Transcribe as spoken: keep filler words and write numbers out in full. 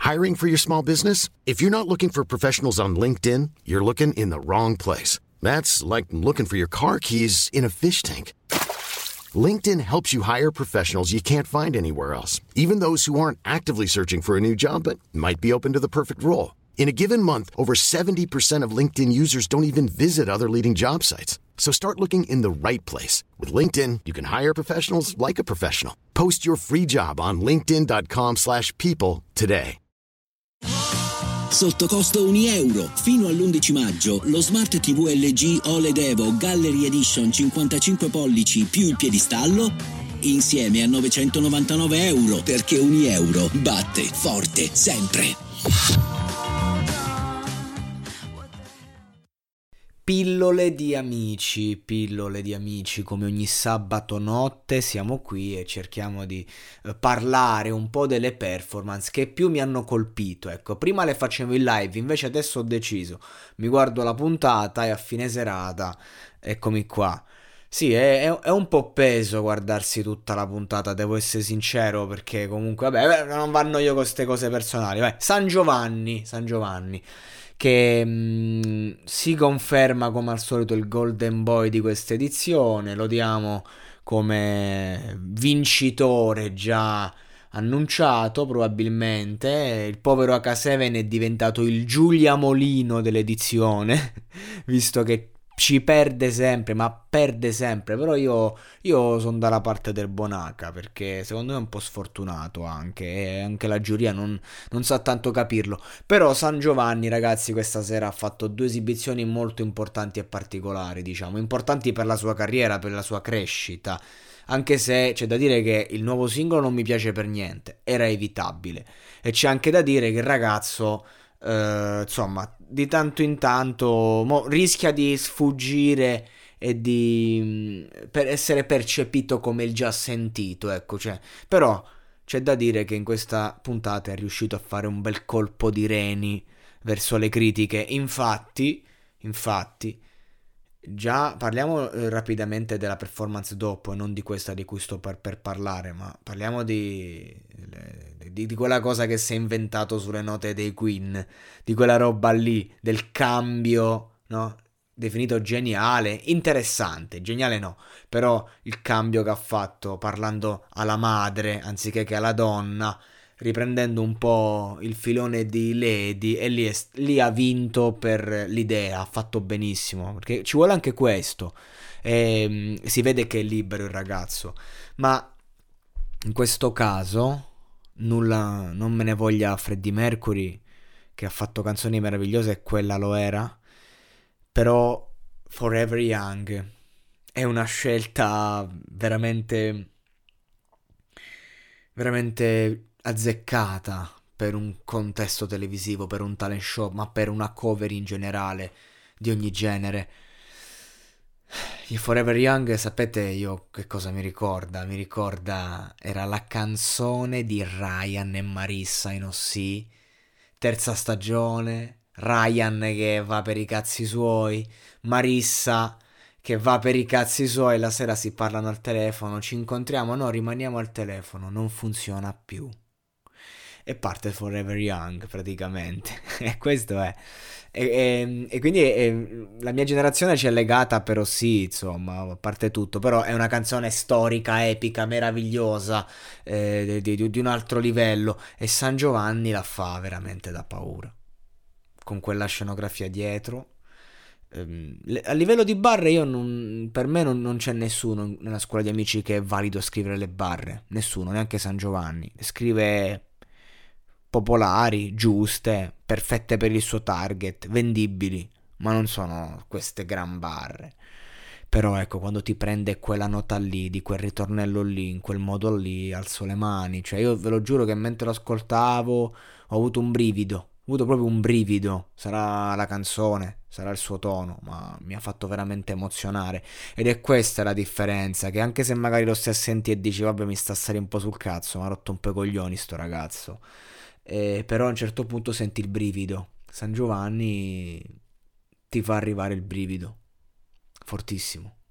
Hiring for your small business? If you're not looking for professionals on LinkedIn, you're looking in the wrong place. That's like looking for your car keys in a fish tank. LinkedIn helps you hire professionals you can't find anywhere else, even those who aren't actively searching for a new job but might be open to the perfect role. In a given month, over seventy percent of LinkedIn users don't even visit other leading job sites. So start looking in the right place. With LinkedIn, you can hire professionals like a professional. Post your free job on linkedin.com slash people today. Sotto costo un euro. Fino all'undici maggio, lo Smart T V L G O L E D Evo Gallery Edition cinquantacinque pollici più il piedistallo, insieme a novecentonovantanove euro, perché un euro batte forte sempre. Pillole di amici, pillole di amici, come ogni sabato notte siamo qui e cerchiamo di eh, parlare un po' delle performance che più mi hanno colpito. Ecco, prima le facevo in live, invece adesso ho deciso, mi guardo la puntata e a fine serata, eccomi qua. Sì, è, è- è un po' peso guardarsi tutta la puntata, devo essere sincero, perché comunque, vabbè, non vanno io con queste cose personali. Vai. San Giovanni, San Giovanni, che mh, si conferma come al solito il Golden Boy di questa edizione, lo diamo come vincitore già annunciato probabilmente. Il povero H sette è diventato il Giulia Molino dell'edizione, visto che ci perde sempre, ma perde sempre. Però io, io sono dalla parte del Bonaca, perché secondo me è un po' sfortunato anche, e anche la giuria non, non sa tanto capirlo. Però San Giovanni, ragazzi, questa sera ha fatto due esibizioni molto importanti e particolari, diciamo, importanti per la sua carriera, per la sua crescita. Anche se c'è da dire che il nuovo singolo non mi piace per niente, era evitabile. E c'è anche da dire che il ragazzo, eh, insomma, di tanto in tanto mo, rischia di sfuggire e di mh, per essere percepito come il già sentito, ecco, cioè, però c'è da dire che in questa puntata è riuscito a fare un bel colpo di reni verso le critiche. Infatti, infatti, già parliamo eh, rapidamente della performance dopo e non di questa di cui sto per, per parlare, ma parliamo di, di, di quella cosa che si è inventato sulle note dei Queen, di quella roba lì, del cambio, no? Definito geniale, interessante, geniale no, però il cambio che ha fatto parlando alla madre anziché che alla donna, riprendendo un po' il filone di Lady, e lì, è- lì ha vinto per l'idea, ha fatto benissimo, perché ci vuole anche questo. Ehm, si vede che è libero il ragazzo, ma in questo caso nulla, non me ne voglia Freddie Mercury, che ha fatto canzoni meravigliose e quella lo era, però Forever Young è una scelta veramente veramente azzeccata per un contesto televisivo, per un talent show, ma per una cover in generale di ogni genere. Il Forever Young, sapete io che cosa mi ricorda? Mi ricorda, era la canzone di Ryan e Marissa in O C, terza stagione, Ryan che va per i cazzi suoi, Marissa che va per i cazzi suoi, la sera si parlano al telefono, ci incontriamo, no, rimaniamo al telefono, non funziona più. E parte Forever Young praticamente. E questo è. E, e- e quindi eh, la mia generazione ci è legata, però sì, insomma, a parte tutto, però è una canzone storica, epica, meravigliosa, eh, di, di- di un altro livello, e San Giovanni la fa veramente da paura, con quella scenografia dietro. Ehm, le- a livello di barre, io non, per me non, non c'è nessuno nella scuola di amici che è valido a scrivere le barre, nessuno, neanche San Giovanni. Scrive popolari, giuste, perfette per il suo target, vendibili, ma non sono queste gran barre. Però ecco, quando ti prende quella nota lì, di quel ritornello lì, in quel modo lì, alzo le mani. Cioè io ve lo giuro che mentre lo ascoltavo ho avuto un brivido, ho avuto proprio un brivido. Sarà la canzone, sarà il suo tono, ma mi ha fatto veramente emozionare. Ed è questa la differenza, che anche se magari lo stai a sentire e dici vabbè mi sta a stare un po' sul cazzo, mi ha rotto un po' i coglioni sto ragazzo. Eh, però a un certo punto senti il brivido. San Giovanni ti fa arrivare il brivido, fortissimo.